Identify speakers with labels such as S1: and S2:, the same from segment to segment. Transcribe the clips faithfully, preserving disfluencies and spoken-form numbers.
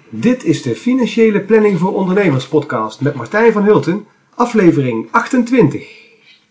S1: Dit is de Financiële Planning voor Ondernemers podcast met Martijn van Hulten, aflevering achtentwintig.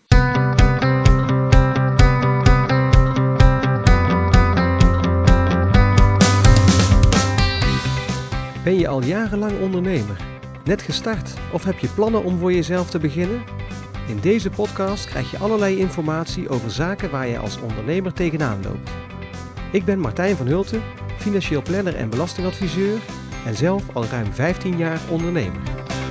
S2: Ben je al jarenlang ondernemer? Net gestart of heb je plannen om voor jezelf te beginnen? In deze podcast krijg je allerlei informatie over zaken waar je als ondernemer tegenaan loopt. Ik ben Martijn van Hulten, financieel planner en belastingadviseur en zelf al ruim vijftien jaar ondernemer.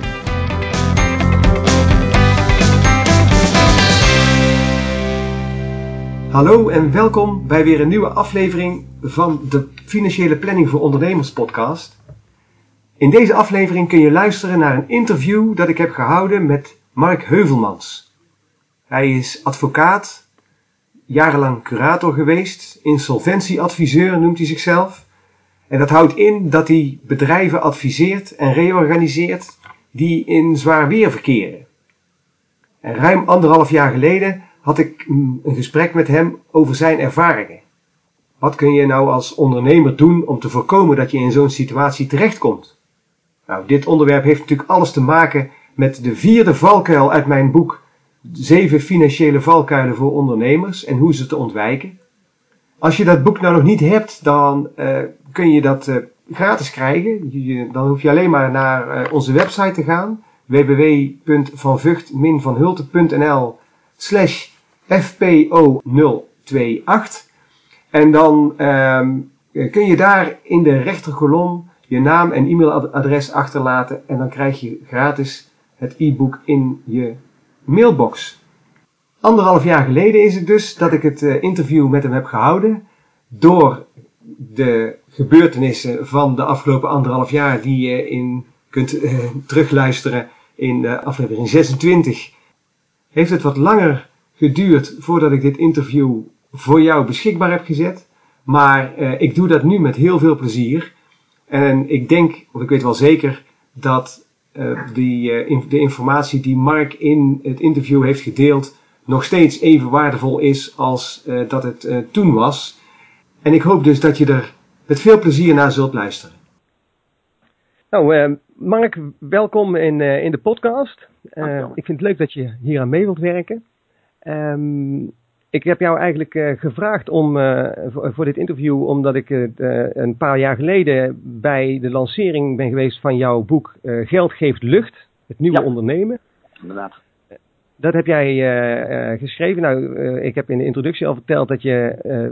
S1: Hallo en welkom bij weer een nieuwe aflevering van de Financiële Planning voor Ondernemers podcast. In deze aflevering kun je luisteren naar een interview dat ik heb gehouden met Mark Heuvelmans. Hij is advocaat, jarenlang curator geweest, insolventieadviseur noemt hij zichzelf. En dat houdt in dat hij bedrijven adviseert en reorganiseert die in zwaar weer verkeren. En ruim anderhalf jaar geleden had ik een gesprek met hem over zijn ervaringen. Wat kun je nou als ondernemer doen om te voorkomen dat je in zo'n situatie terechtkomt? Nou, dit onderwerp heeft natuurlijk alles te maken met de vierde valkuil uit mijn boek Zeven financiële valkuilen voor ondernemers en hoe ze te ontwijken. Als je dat boek nou nog niet hebt, dan uh, kun je dat uh, gratis krijgen. Je, dan hoef je alleen maar naar uh, onze website te gaan. w w w punt van vught dash van hulten punt n l slash f p o nul twee acht. En dan uh, kun je daar in de rechterkolom je naam en e-mailadres achterlaten. En dan krijg je gratis het e-book in je mailbox. Anderhalf jaar geleden is het dus dat ik het uh, interview met hem heb gehouden. Door de gebeurtenissen van de afgelopen anderhalf jaar die je in kunt uh, terugluisteren in uh, aflevering zesentwintig. Heeft het wat langer geduurd voordat ik dit interview voor jou beschikbaar heb gezet. Maar uh, ik doe dat nu met heel veel plezier. En ik denk, of ik weet wel zeker, dat uh, die, uh, in, de informatie die Mark in het interview heeft gedeeld nog steeds even waardevol is als uh, dat het uh, toen was. En ik hoop dus dat je er met veel plezier naar zult luisteren.
S2: Nou, uh, Mark, welkom in, uh, in de podcast. Uh, ik vind het leuk dat je hier aan mee wilt werken. Um, ik heb jou eigenlijk uh, gevraagd om, uh, voor, voor dit interview, omdat ik uh, een paar jaar geleden bij de lancering ben geweest van jouw boek uh, Geld geeft lucht, het nieuwe ja. ondernemen.
S3: Inderdaad.
S2: Dat heb jij uh, uh, geschreven. Nou, uh, ik heb in de introductie al verteld dat je,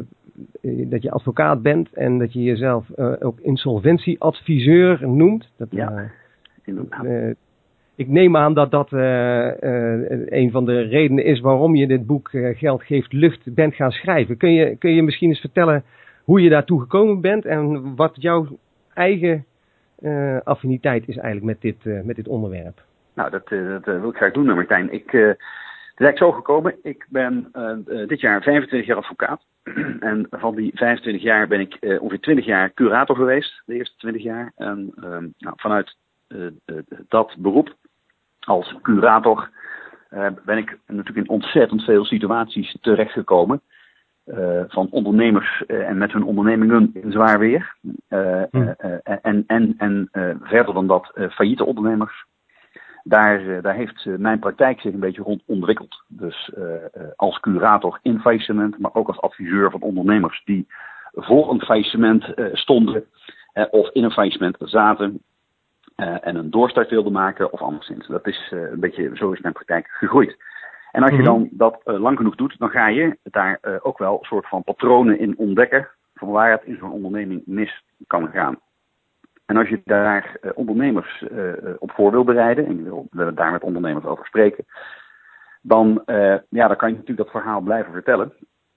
S2: uh, dat je advocaat bent en dat je jezelf uh, ook insolventieadviseur noemt. Dat,
S3: ja,
S2: uh,
S3: inderdaad.
S2: Uh, ik neem aan dat dat uh, uh, een van de redenen is waarom je dit boek uh, Geld geeft lucht bent gaan schrijven. Kun je, kun je misschien eens vertellen hoe je daartoe gekomen bent en wat jouw eigen uh, affiniteit is eigenlijk met dit, uh, met dit onderwerp?
S3: Nou, dat, uh, dat uh, wil ik graag doen, Martijn. Ik, uh, het is eigenlijk zo gekomen. Ik ben uh, uh, dit jaar vijfentwintig jaar advocaat. En van die vijfentwintig jaar ben ik uh, ongeveer twintig jaar curator geweest. De eerste twintig jaar. En uh, nou, vanuit uh, uh, dat beroep als curator uh, ben ik natuurlijk in ontzettend veel situaties terechtgekomen. Uh, van ondernemers uh, en met hun ondernemingen in zwaar weer. Uh, uh, uh, en en, en uh, verder dan dat uh, failliete ondernemers. Daar, uh, daar heeft uh, mijn praktijk zich een beetje rond ontwikkeld. Dus uh, uh, als curator in faillissement, maar ook als adviseur van ondernemers die voor een faillissement uh, stonden uh, of in een faillissement zaten uh, en een doorstart wilden maken of anderszins. Dat is uh, een beetje, zo is mijn praktijk gegroeid. En als je dan dat uh, lang genoeg doet, dan ga je daar uh, ook wel een soort van patronen in ontdekken van waar het in zo'n onderneming mis kan gaan. En als je daar uh, ondernemers uh, op voor wil bereiden, en je wil daar met ondernemers over spreken, dan, uh, ja, dan kan je natuurlijk dat verhaal blijven vertellen.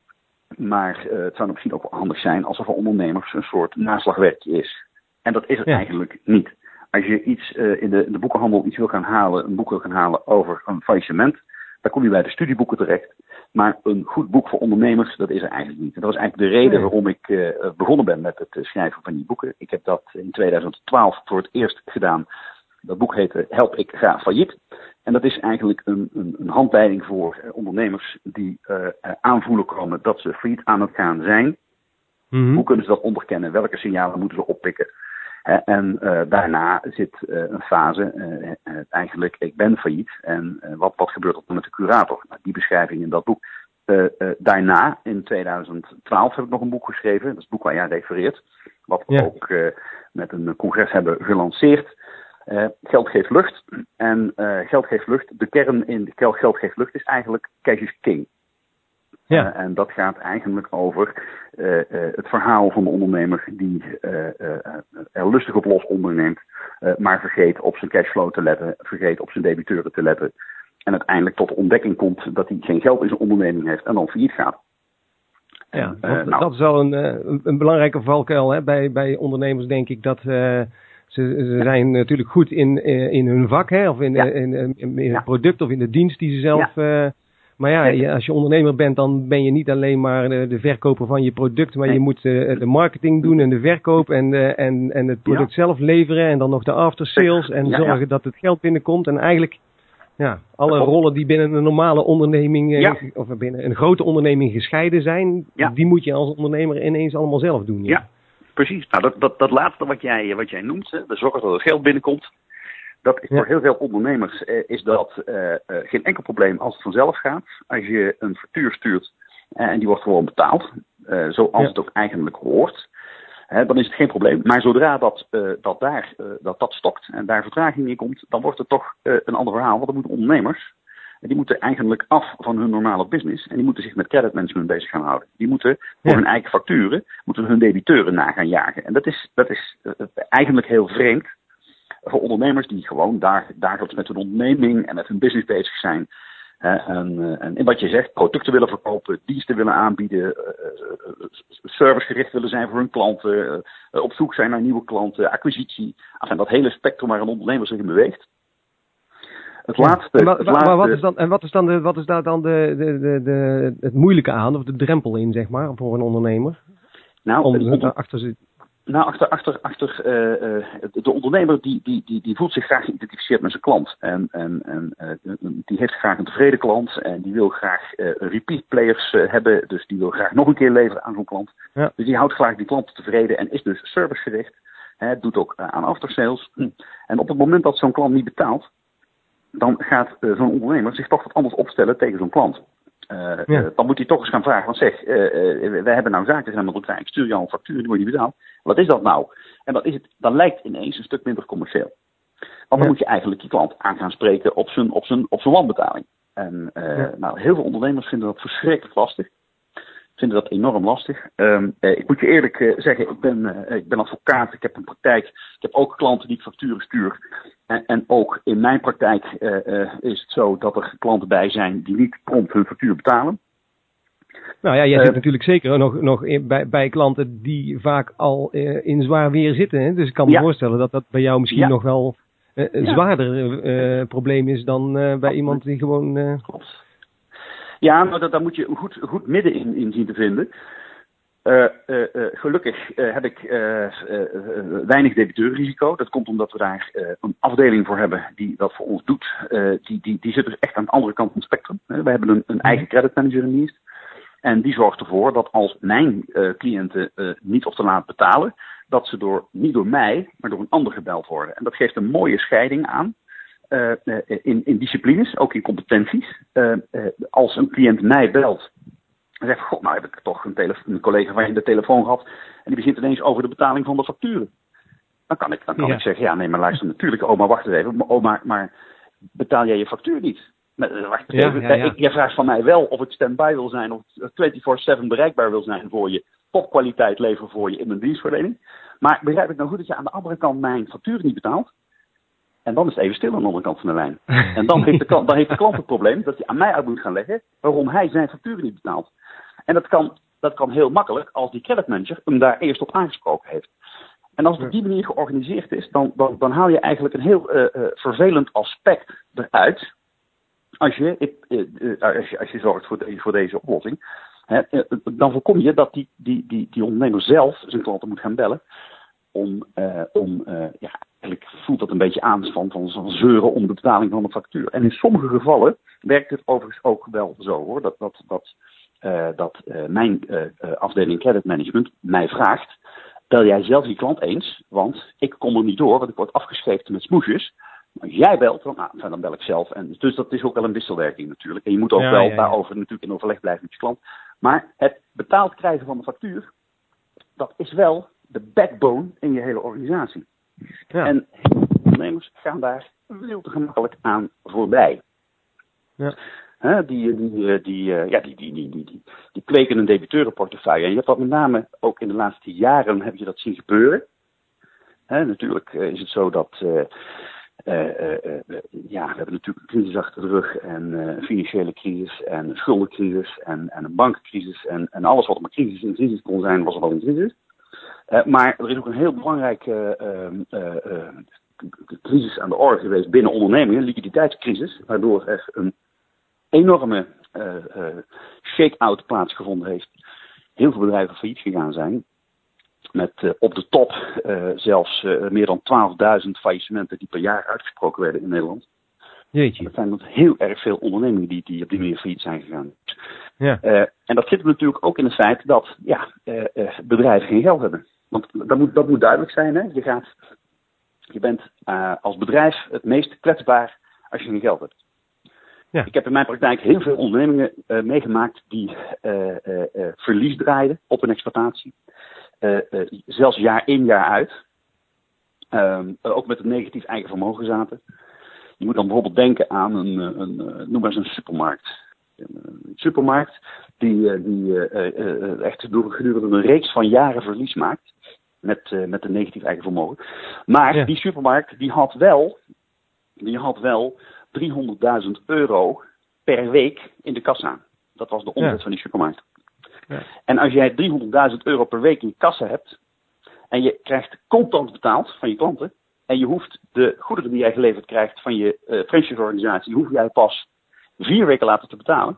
S3: Maar uh, het zou misschien ook wel handig zijn als er voor ondernemers een soort naslagwerkje is. En dat is het ja. eigenlijk niet. Als je iets uh, in, de, in de boekenhandel iets wil gaan halen, een boek wil gaan halen over een faillissement, dan kom je bij de studieboeken terecht. Maar een goed boek voor ondernemers, dat is er eigenlijk niet. En dat was eigenlijk de reden nee. waarom ik uh, begonnen ben met het schrijven van die boeken. Ik heb dat in tweeduizend twaalf voor het eerst gedaan. Dat boek heette Help, ik ga failliet. En dat is eigenlijk een, een, een handleiding voor uh, ondernemers die uh, uh, aanvoelen komen dat ze failliet aan het gaan zijn. Mm-hmm. Hoe kunnen ze dat onderkennen? Welke signalen moeten ze oppikken? Uh, en uh, daarna zit uh, een fase, uh, uh, eigenlijk, ik ben failliet. En uh, wat, wat gebeurt er dan met de curator? Nou, die beschrijving in dat boek. Uh, uh, daarna, in tweeduizend twaalf, heb ik nog een boek geschreven. Dat is het boek waar jij refereert. Wat we ja. ook uh, met een congres hebben gelanceerd. Uh, geld geeft lucht. En uh, geld geeft lucht. De kern in geld, geld geeft lucht is eigenlijk cash is king. Ja. Uh, en dat gaat eigenlijk over uh, uh, het verhaal van de ondernemer die uh, uh, er lustig op los onderneemt. Uh, maar vergeet op zijn cashflow te letten. Vergeet op zijn debiteuren te letten. En uiteindelijk tot de ontdekking komt dat hij geen geld in zijn onderneming heeft en dan failliet gaat.
S2: Ja, uh, nou, dat is wel een, een, een belangrijke valkuil hè, bij, bij ondernemers, denk ik. Dat uh, ze, ze ja. zijn natuurlijk goed in, in hun vak, hè, of in, ja. in, in, in, in het product of in de dienst die ze zelf... Ja. Uh, maar ja, je, als je ondernemer bent, dan ben je niet alleen maar de, de verkoper van je product, maar nee. je moet uh, de marketing doen en de verkoop en, uh, en, en het product ja. zelf leveren en dan nog de after sales en ja, zorgen ja. dat het geld binnenkomt. En eigenlijk... Ja, alle rollen die binnen een normale onderneming, ja. of binnen een grote onderneming gescheiden zijn, ja. die moet je als ondernemer ineens allemaal zelf doen. Ja,
S3: ja precies. Nou, dat, dat, dat laatste wat jij, wat jij noemt, de zorg dat het geld binnenkomt, dat is ja. voor heel veel ondernemers eh, is dat uh, uh, geen enkel probleem als het vanzelf gaat. Als je een factuur stuurt uh, en die wordt gewoon betaald, uh, zoals ja. het ook eigenlijk hoort. He, dan is het geen probleem. Maar zodra dat, uh, dat, daar, uh, dat, dat stokt en daar vertraging in komt, dan wordt het toch uh, een ander verhaal. Want dan moeten ondernemers, die moeten eigenlijk af van hun normale business. En die moeten zich met creditmanagement bezig gaan houden. Die moeten voor ja. hun eigen facturen, moeten hun debiteuren na gaan jagen. En dat is, dat is uh, eigenlijk heel vreemd voor ondernemers die gewoon daar, dagelijks met hun onderneming en met hun business bezig zijn. Uh, en, uh, en in wat je zegt, producten willen verkopen, diensten willen aanbieden, uh, uh, servicegericht willen zijn voor hun klanten, uh, uh, op zoek zijn naar nieuwe klanten, acquisitie. Enfin, dat hele spectrum waar een ondernemer zich in beweegt. Het ja. laatste...
S2: En, wa- wa- maar wat is dan, en wat is dan, de, wat is daar dan de, de, de, de, het moeilijke aan, of de drempel in, zeg maar, voor een ondernemer?
S3: Nou,
S2: Om
S3: onder,
S2: achter ze...
S3: Nou, achter, achter, achter uh, uh, de ondernemer die, die, die, die voelt zich graag geïdentificeerd met zijn klant. En, en, en uh, die heeft graag een tevreden klant en die wil graag uh, repeat players uh, hebben. Dus die wil graag nog een keer leveren aan zo'n klant. Ja. Dus die houdt graag die klant tevreden en is dus servicegericht. Hè, doet ook uh, aan aftersales. Hm. En op het moment dat zo'n klant niet betaalt, dan gaat uh, zo'n ondernemer zich toch wat anders opstellen tegen zo'n klant. Uh, ja. uh, dan moet hij toch eens gaan vragen, want zeg, uh, uh, wij hebben nou zaken zijn met elkaar, ik stuur jou een factuur, die wordt niet betaald. Wat is dat nou? En dan, is het, dan lijkt ineens een stuk minder commercieel. Want dan ja. moet je eigenlijk je klant aan gaan spreken op zijn, op zijn, op zijn wanbetaling. En uh, ja. nou, heel veel ondernemers vinden dat verschrikkelijk lastig. Vinden dat enorm lastig. Um, uh, ik moet je eerlijk uh, zeggen, ik ben, uh, ik ben advocaat, ik heb een praktijk. Ik heb ook klanten die ik facturen stuur. En, en ook in mijn praktijk uh, uh, is het zo dat er klanten bij zijn die niet prompt hun factuur betalen.
S2: Nou ja, jij uh, zit natuurlijk zeker nog, nog in, bij, bij klanten die vaak al uh, in zwaar weer zitten. Hè? Dus ik kan me ja. voorstellen dat dat bij jou misschien ja. nog wel uh, een ja. zwaarder uh, probleem is dan uh, bij iemand die gewoon... Uh...
S3: Ja, maar dat, daar moet je goed, goed midden in, in zien te vinden. Uh, uh, uh, gelukkig uh, heb ik uh, uh, uh, weinig debiteurrisico. Dat komt omdat we daar uh, een afdeling voor hebben die dat voor ons doet. Uh, die, die, die zit dus echt aan de andere kant van het spectrum. Uh, we hebben een, een eigen creditmanager in dienst. En die zorgt ervoor dat als mijn uh, cliënten uh, niet of te laat betalen, dat ze door, niet door mij, maar door een ander gebeld worden. En dat geeft een mooie scheiding aan. Uh, uh, in, in disciplines, ook in competenties. Uh, uh, als een cliënt mij belt en zegt, god, nou heb ik toch een, tele- een collega van je de telefoon gehad en die begint ineens over de betaling van de facturen. Dan kan ik, dan kan ja. ik zeggen, ja nee, maar luister natuurlijk, oma, wacht eens even. Oma, maar betaal jij je factuur niet? Maar, wacht eens ja, even. Ja, ja. Jij vraagt van mij wel of ik stand-by wil zijn of vierentwintig zeven bereikbaar wil zijn voor je, topkwaliteit leveren voor je in mijn dienstverlening. Maar begrijp ik nou goed dat je aan de andere kant mijn factuur niet betaalt? En dan is het even stil aan de andere kant van de lijn. En dan heeft de klant, dan heeft de klant het probleem dat hij aan mij uit moet gaan leggen waarom hij zijn facturen niet betaalt. En dat kan, dat kan heel makkelijk als die creditmanager hem daar eerst op aangesproken heeft. En als het op die manier georganiseerd is, dan, dan, dan haal je eigenlijk een heel uh, uh, vervelend aspect eruit. Als je, uh, uh, als je, als je zorgt voor, de, voor deze oplossing. Hè, uh, dan voorkom je dat die, die, die, die ondernemer zelf zijn klanten moet gaan bellen. Om, uh, om uh, ja, eigenlijk voelt dat een beetje aan van, van, van zeuren om de betaling van de factuur. En in sommige gevallen werkt het overigens ook wel zo hoor. Dat, dat, dat, uh, dat uh, mijn uh, afdeling credit management mij vraagt bel jij zelf die klant eens, want ik kom er niet door, want ik word afgescheept met smoesjes. Maar als jij belt, dan, nou, dan bel ik zelf. En dus dat is ook wel een wisselwerking natuurlijk. En je moet ook
S2: ja,
S3: wel
S2: ja, ja.
S3: daarover natuurlijk in overleg blijven met je klant. Maar het betaald krijgen van de factuur, dat is wel de backbone in je hele organisatie.
S2: Ja.
S3: En ondernemers gaan daar veel te gemakkelijk aan voorbij.
S2: Ja.
S3: He, die, die, die, ja, die, die, die, die, die, die kweken een debiteurenportefeuille. En je hebt dat met name ook in de laatste jaren heb je dat zien gebeuren. He, natuurlijk is het zo dat uh, uh, uh, uh, ja, we hebben natuurlijk een crisis achter de rug en uh, een financiële crisis en een schuldencrisis en, en een bankencrisis en, en alles wat maar crisis in crisis kon zijn, was er wel in crisis. Uh, maar er is ook een heel belangrijke uh, uh, uh, crisis aan de orde geweest binnen ondernemingen, een liquiditeitscrisis, waardoor er een enorme uh, uh, shake-out plaatsgevonden heeft. Heel veel bedrijven failliet gegaan zijn. Met uh, op de top uh, zelfs uh, meer dan twaalfduizend faillissementen die per jaar uitgesproken werden in Nederland.
S2: Jeetje.
S3: Dat zijn heel erg veel ondernemingen die, die op die manier failliet zijn gegaan.
S2: Ja.
S3: Uh, en dat zit natuurlijk ook in het feit dat ja, uh, uh, bedrijven geen geld hebben. Want dat moet, dat moet duidelijk zijn. Hè? Je, gaat, je bent uh, als bedrijf het meest kwetsbaar als je geen geld hebt. Ja. Ik heb in mijn praktijk heel veel ondernemingen uh, meegemaakt die uh, uh, uh, verlies draaiden op een exploitatie. Uh, uh, zelfs jaar in jaar uit. Um, uh, ook met een negatief eigen vermogen zaten. Je moet dan bijvoorbeeld denken aan een, een, een noem maar eens een supermarkt. Een supermarkt die, die uh, uh, echt door, gedurende een reeks van jaren verlies maakt. Met, uh, met een negatief eigen vermogen. Maar ja. die supermarkt die had wel, die had wel driehonderdduizend euro per week in de kassa. Dat was de omzet ja. van die supermarkt. Ja. En als jij driehonderdduizend euro per week in je kassa hebt en je krijgt contant betaald van je klanten en je hoeft de goederen die jij geleverd krijgt van je uh, franchise-organisatie, hoef jij pas vier weken later te betalen,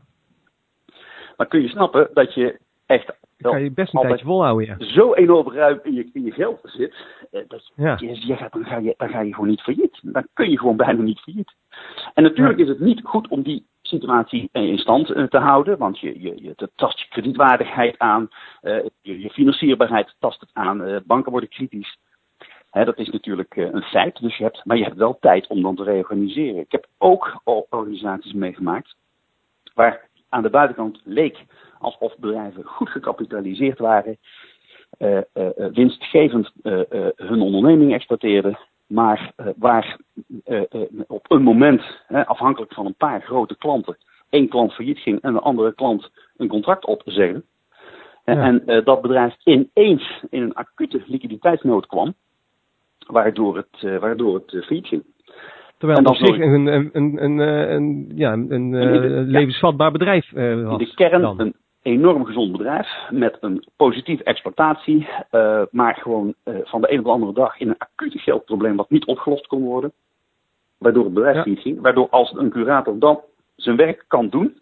S3: dan kun je snappen dat je echt
S2: dan kan je best een tijdje volhouden, ja.
S3: Zo enorm ruim in je, in je geld zit, dat je,
S2: ja.
S3: je, je gaat, dan, ga je, dan ga je gewoon niet failliet. Dan kun je gewoon bijna niet failliet. En natuurlijk ja. is het niet goed om die situatie in stand te houden, want je, je, je tast je kredietwaardigheid aan, uh, je, je financierbaarheid tast het aan, uh, banken worden kritisch. He, dat is natuurlijk uh, een feit, dus je hebt, maar je hebt wel tijd om dan te reorganiseren. Ik heb ook organisaties meegemaakt waar aan de buitenkant leek alsof bedrijven goed gecapitaliseerd waren, uh, uh, winstgevend uh, uh, hun onderneming exploiteerden, maar uh, waar uh, uh, op een moment, uh, afhankelijk van een paar grote klanten, één klant failliet ging en de andere klant een contract opzegde. Ja. Uh, en uh, dat bedrijf ineens in een acute liquiditeitsnood kwam, waardoor het, uh, waardoor het uh, failliet ging.
S2: Terwijl het op zich een, een, een, een, een, ja, een, een de, levensvatbaar ja, bedrijf uh, was.
S3: In de kern
S2: dan.
S3: een enorm gezond bedrijf met een positieve exploitatie, uh, maar gewoon uh, van de een op de andere dag in een acute geldprobleem wat niet opgelost kon worden, waardoor het bedrijf niet ja. ging, waardoor als een curator dan zijn werk kan doen,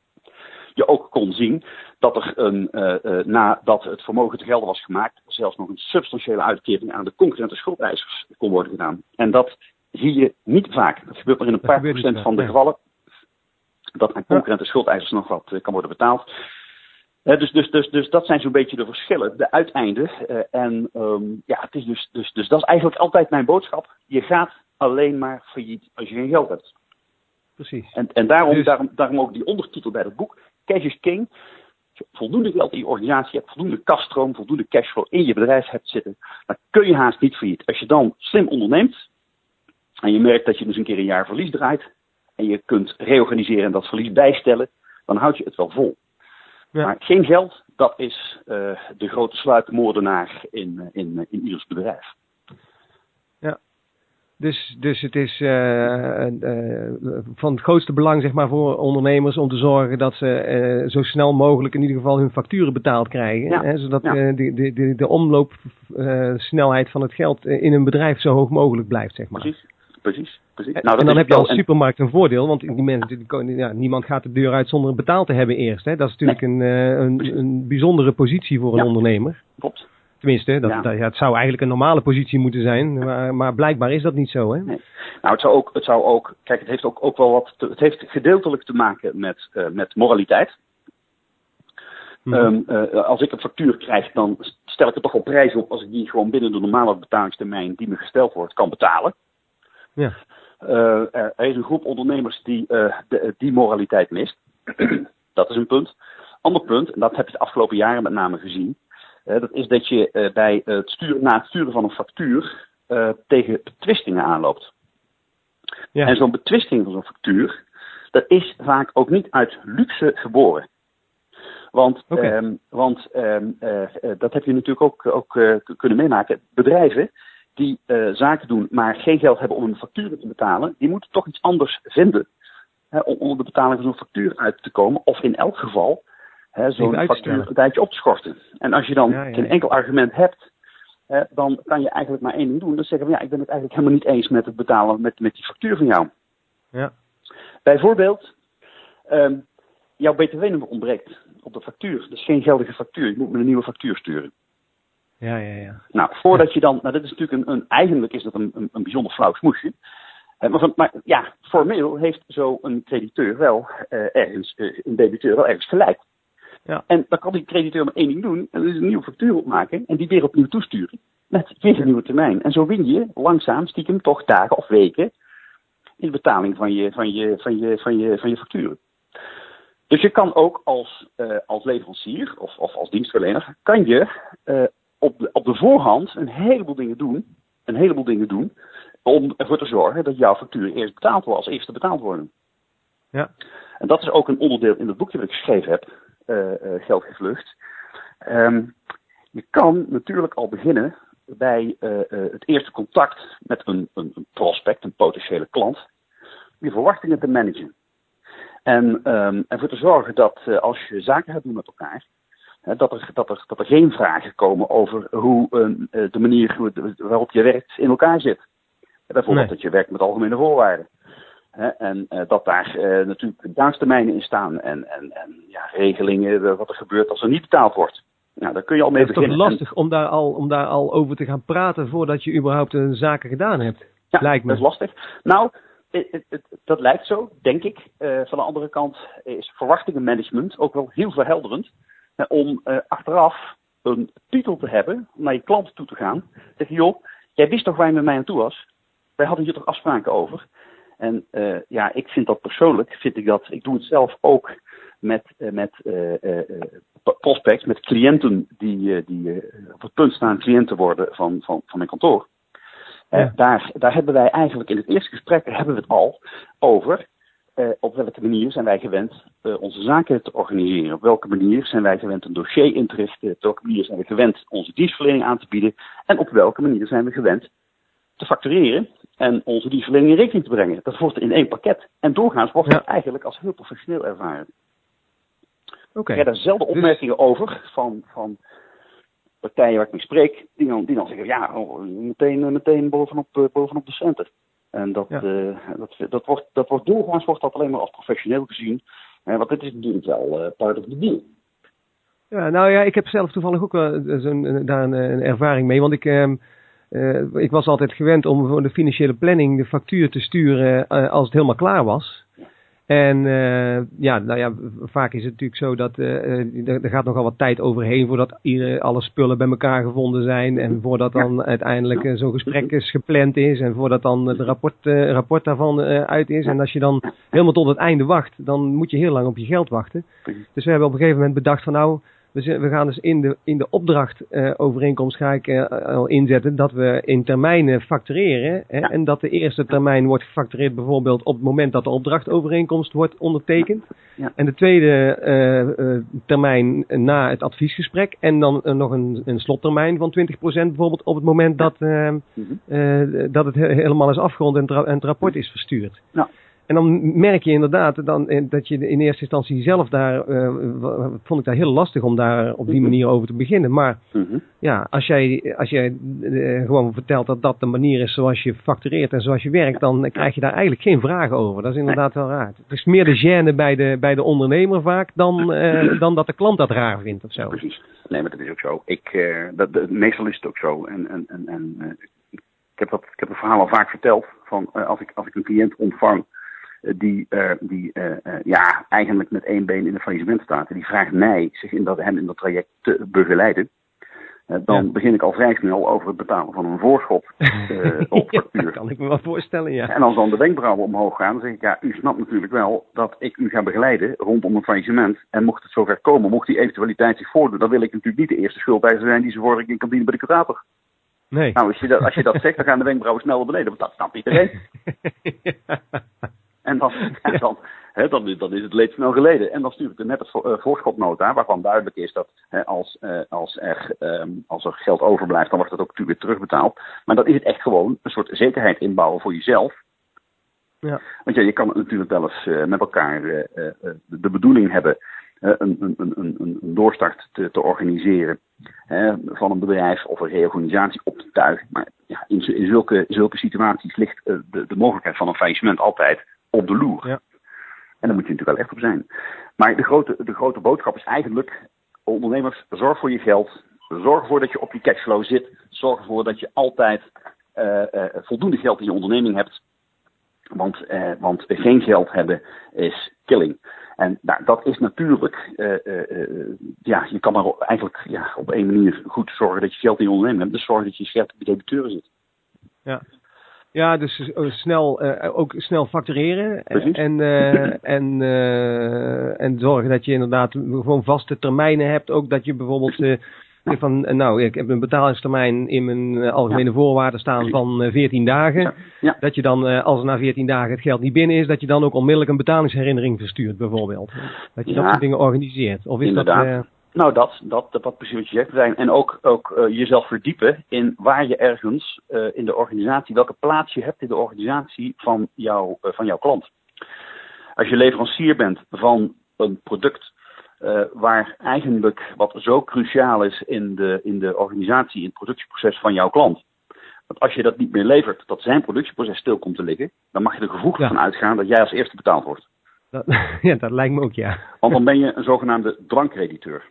S3: je ook kon zien dat er een, uh, uh, nadat het vermogen te gelden was gemaakt, zelfs nog een substantiële uitkering aan de concurrente schuldeisers kon worden gedaan. En dat zie je niet vaak. Dat gebeurt maar in een dat paar procent van de ja. gevallen. Dat aan concurrente ja. schuldeisers nog wat uh, kan worden betaald. Uh, dus, dus, dus, dus dat zijn zo'n beetje de verschillen, de uiteinden. Uh, en um, ja, het is dus, dus, dus dat is eigenlijk altijd mijn boodschap. Je gaat alleen maar failliet als je geen geld hebt.
S2: Precies.
S3: En, en daarom, dus... daarom, daarom ook die ondertitel bij het boek. Cash is king. Als je voldoende geld in je organisatie hebt, voldoende kaststroom, voldoende cashflow in je bedrijf hebt zitten, dan kun je haast niet failliet. Als je dan slim onderneemt, en je merkt dat je dus een keer een jaar verlies draait. En je kunt reorganiseren en dat verlies bijstellen. Dan houd je het wel vol. Ja. Maar geen geld, dat is uh, de grote sluipmoordenaar in, in, in ieders bedrijf.
S2: Ja. Dus, dus het is uh, uh, van het grootste belang zeg maar, voor ondernemers om te zorgen dat ze uh, zo snel mogelijk in ieder geval hun facturen betaald krijgen. Ja. Hè, zodat ja. uh, de, de, de, de omloopsnelheid uh, van het geld in een bedrijf zo hoog mogelijk blijft. Zeg maar.
S3: Precies. Precies, precies.
S2: Nou, en dan heb je als supermarkt een voordeel, want die mensen, die, ja, niemand gaat de deur uit zonder betaald te hebben eerst. Hè? Dat is natuurlijk nee. een, een, een bijzondere positie voor een ja. ondernemer.
S3: Klopt.
S2: Tenminste, dat, ja. Dat, ja, het zou eigenlijk een normale positie moeten zijn, maar, maar blijkbaar is dat niet zo. Hè?
S3: Nee. Nou, het zou ook, het zou ook, kijk, het heeft ook, ook wel wat, te, het heeft gedeeltelijk te maken met, uh, met moraliteit. Hmm. Um, uh, als ik een factuur krijg, dan stel ik er toch wel prijs op als ik die gewoon binnen de normale betalingstermijn die me gesteld wordt, kan betalen.
S2: Ja.
S3: Uh, er is een groep ondernemers die uh, de, die moraliteit mist. Dat is een punt. Ander punt, en dat heb je de afgelopen jaren met name gezien. Uh, dat is dat je uh, bij het sturen, na het sturen van een factuur uh, tegen betwistingen aanloopt. Ja. En zo'n betwisting van zo'n factuur, dat is vaak ook niet uit luxe geboren. Want, okay. um, want um, uh, uh, dat heb je natuurlijk ook, ook uh, kunnen meemaken. Bedrijven die uh, zaken doen, maar geen geld hebben om een factuur te betalen, die moeten toch iets anders vinden. Hè, om onder de betaling van zo'n factuur uit te komen. Of in elk geval hè, zo'n factuur een tijdje op te schorten. En als je dan ja, ja, geen enkel argument hebt, hè, dan kan je eigenlijk maar één ding doen. Dan zeggen we, ja, ik ben het eigenlijk helemaal niet eens met het betalen met, met die factuur van jou.
S2: Ja.
S3: Bijvoorbeeld, um, jouw B T W-nummer ontbreekt op de factuur. Dat is geen geldige factuur. Je moet me een nieuwe factuur sturen.
S2: Ja, ja, ja.
S3: Nou, voordat je dan... Nou, dat is natuurlijk een... een eigenlijk is dat een, een, een bijzonder flauw smoesje. Uh, maar, van, maar ja, formeel heeft zo'n crediteur wel uh, ergens... Uh, een debiteur wel ergens gelijk. Ja. En dan kan die crediteur maar één ding doen. En dat is een nieuwe factuur opmaken. En die weer opnieuw toesturen. Met weer een nieuwe termijn. En zo win je langzaam stiekem toch dagen of weken... in de betaling van je, van je, van je, van je, van je facturen. Dus je kan ook als, uh, als leverancier of, of als dienstverlener, kan je uh, op, de, op de voorhand een heleboel dingen doen, een heleboel dingen doen, om ervoor te zorgen dat jouw facturen eerst betaald worden, als eerste betaald worden.
S2: Ja.
S3: En dat is ook een onderdeel in het boekje dat ik geschreven heb, uh, uh, Geld gevlucht. Um, je kan natuurlijk al beginnen bij uh, uh, het eerste contact met een, een, een prospect, een potentiële klant, je verwachtingen te managen. En um, ervoor te zorgen dat uh, als je zaken gaat doen met elkaar, uh, dat, er, dat, er, dat er geen vragen komen over hoe uh, de manier waarop je werkt in elkaar zit. Uh, bijvoorbeeld nee. dat je werkt met algemene voorwaarden. Uh, en uh, dat daar uh, natuurlijk betalingstermijnen in staan en, en, en ja, regelingen, uh, wat er gebeurt als er niet betaald wordt. Nou, daar kun je al mee beginnen.
S2: Het is toch lastig en, om, daar al, om daar al over te gaan praten voordat je überhaupt een zaken gedaan hebt?
S3: Ja,
S2: lijkt me.
S3: Dat is lastig. Nou, Het, het, het, dat lijkt zo, denk ik. Uh, van de andere kant is verwachtingenmanagement ook wel heel verhelderend. Uh, om uh, achteraf een titel te hebben, om naar je klant toe te gaan. Zeg je, joh, jij wist toch waar je met mij aan toe was? Wij hadden hier toch afspraken over? En uh, ja, ik vind dat persoonlijk, vind ik dat, ik doe het zelf ook met, uh, met uh, uh, prospects, met cliënten die, uh, die uh, op het punt staan cliënt te worden van, van, van mijn kantoor. Ja. Uh, daar, daar hebben wij eigenlijk in het eerste gesprek hebben we het al over uh, op welke manier zijn wij gewend uh, onze zaken te organiseren. Op welke manier zijn wij gewend een dossier in te richten. Op welke manier zijn we gewend onze dienstverlening aan te bieden. En op welke manier zijn we gewend te factureren en onze dienstverlening in rekening te brengen. Dat wordt in één pakket. En doorgaans wordt het ja. eigenlijk als heel professioneel ervaren. Okay. Ik heb daar zelden opmerkingen dus... over van... van partijen waar ik mee spreek, die dan, die dan zeggen, ja, meteen, meteen bovenop, bovenop de centen. En dat, ja. uh, dat, dat, wordt, dat wordt doorgaans wordt dat alleen maar als professioneel gezien. Uh, want dit is natuurlijk wel uh, part of the deal.
S2: Ja, nou ja, ik heb zelf toevallig ook uh, zo'n, daar een, een ervaring mee. Want ik, uh, uh, ik was altijd gewend om voor de financiële planning de factuur te sturen uh, als het helemaal klaar was. Ja. En uh, ja, nou ja, vaak is het natuurlijk zo dat uh, er, er gaat nogal wat tijd overheen voordat ieder, alle spullen bij elkaar gevonden zijn. En voordat dan ja. uiteindelijk uh, zo'n gesprek is gepland is. En voordat dan het rapport, uh, rapport daarvan uh, uit is. En als je dan helemaal tot het einde wacht, dan moet je heel lang op je geld wachten. Dus we hebben op een gegeven moment bedacht van nou... We, we gaan dus in de, in de opdrachtovereenkomst uh, ga ik uh, al inzetten dat we in termijnen factureren. Hè, ja. En dat de eerste termijn wordt gefactureerd bijvoorbeeld op het moment dat de opdrachtovereenkomst wordt ondertekend. Ja. En de tweede uh, uh, termijn na het adviesgesprek. En dan uh, nog een, een slottermijn van twintig procent bijvoorbeeld op het moment dat, uh, uh, dat het he- helemaal is afgerond en, tra- en het rapport is verstuurd. Ja. En dan merk je inderdaad dan, dat je in eerste instantie zelf daar, uh, vond ik daar heel lastig om daar op die manier over te beginnen. Maar mm-hmm. ja, als jij, als jij uh, gewoon vertelt dat dat de manier is zoals je factureert en zoals je werkt, dan krijg je daar eigenlijk geen vragen over. Dat is inderdaad wel raar. Het is meer de gêne bij de, bij de ondernemer vaak dan, uh, dan dat de klant dat raar vindt of zo.
S3: Precies. Nee, maar dat is ook zo. Ik, uh, dat, dat, meestal is het ook zo. En, en, en, en uh, ik heb dat, ik heb het verhaal al vaak verteld van uh, als ik, als ik een cliënt ontvang. Die, uh, die uh, uh, ja, eigenlijk met één been in het faillissement staat. En die vraagt mij zich in dat, hem in dat traject te begeleiden. Uh, dan
S2: ja.
S3: begin ik al vrij snel over het betalen van een voorschot uh, op factuur.
S2: Ja, kan ik me wel voorstellen, ja.
S3: En als dan de wenkbrauwen omhoog gaan, dan zeg ik, ja, u snapt natuurlijk wel dat ik u ga begeleiden rondom een faillissement. En mocht het zover komen, mocht die eventualiteit zich voordoen, dan wil ik natuurlijk niet de eerste schuldeiser zijn die ze vorige keer kan dienen bij de curator.
S2: Nee.
S3: Nou, als je, dat, als je dat zegt, dan gaan de wenkbrauwen snel naar beneden, want dat snapt iedereen.
S2: Ja.
S3: En dan, en dan, hè, dan, dan is het leed snel geleden. En dan stuur ik er net het vo- uh, voorschotnota, waarvan duidelijk is dat hè, als, uh, als, er, um, als er geld overblijft, dan wordt dat ook natuurlijk weer terugbetaald. Maar dan is het echt gewoon een soort zekerheid inbouwen voor jezelf.
S2: Ja.
S3: Want ja, je kan natuurlijk wel eens uh, met elkaar uh, uh, de, de bedoeling hebben uh, een, een, een, een, een doorstart te, te organiseren uh, van een bedrijf of een reorganisatie op te tuigen. Maar ja, in, in zulke, zulke situaties ligt uh, de, de mogelijkheid van een faillissement altijd op de loer.
S2: Ja.
S3: En daar moet je natuurlijk wel echt op zijn. Maar de grote, de grote boodschap is eigenlijk, ondernemers, zorg voor je geld. Zorg ervoor dat je op je cashflow zit. Zorg ervoor dat je altijd uh, uh, voldoende geld in je onderneming hebt. Want, uh, want geen geld hebben is killing. En nou, dat is natuurlijk, uh, uh, uh, ja, je kan er eigenlijk ja, op één manier goed zorgen dat je geld in je onderneming hebt. Dus zorg dat je geld op je debiteuren zit.
S2: Ja. Ja, dus uh, snel, uh, ook snel factureren
S3: Precies.
S2: en, uh, en, uh, en zorgen dat je inderdaad gewoon vaste termijnen hebt. Ook dat je bijvoorbeeld uh, van, uh, nou, ik heb een betalingstermijn in mijn uh, algemene ja. voorwaarden staan van uh, veertien dagen.
S3: Ja. Ja.
S2: Dat je dan, uh, als er na veertien dagen het geld niet binnen is, dat je dan ook onmiddellijk een betalingsherinnering verstuurt bijvoorbeeld. Dat je ja. dat soort dingen organiseert. Of is
S3: Inderdaad.
S2: dat... Uh,
S3: Nou, dat, dat, dat, dat precies wat je zegt. Zijn. En ook, ook uh, jezelf verdiepen in waar je ergens uh, in de organisatie, welke plaats je hebt in de organisatie van, jou, uh, van jouw klant. Als je leverancier bent van een product uh, waar eigenlijk wat zo cruciaal is in de, in de organisatie, in het productieproces van jouw klant. Want als je dat niet meer levert, dat zijn productieproces stil komt te liggen, dan mag je er gevoegd ja. van uitgaan dat jij als eerste betaald wordt.
S2: Dat, ja, dat lijkt me ook, ja.
S3: Want dan ben je een zogenaamde dwangkrediteur.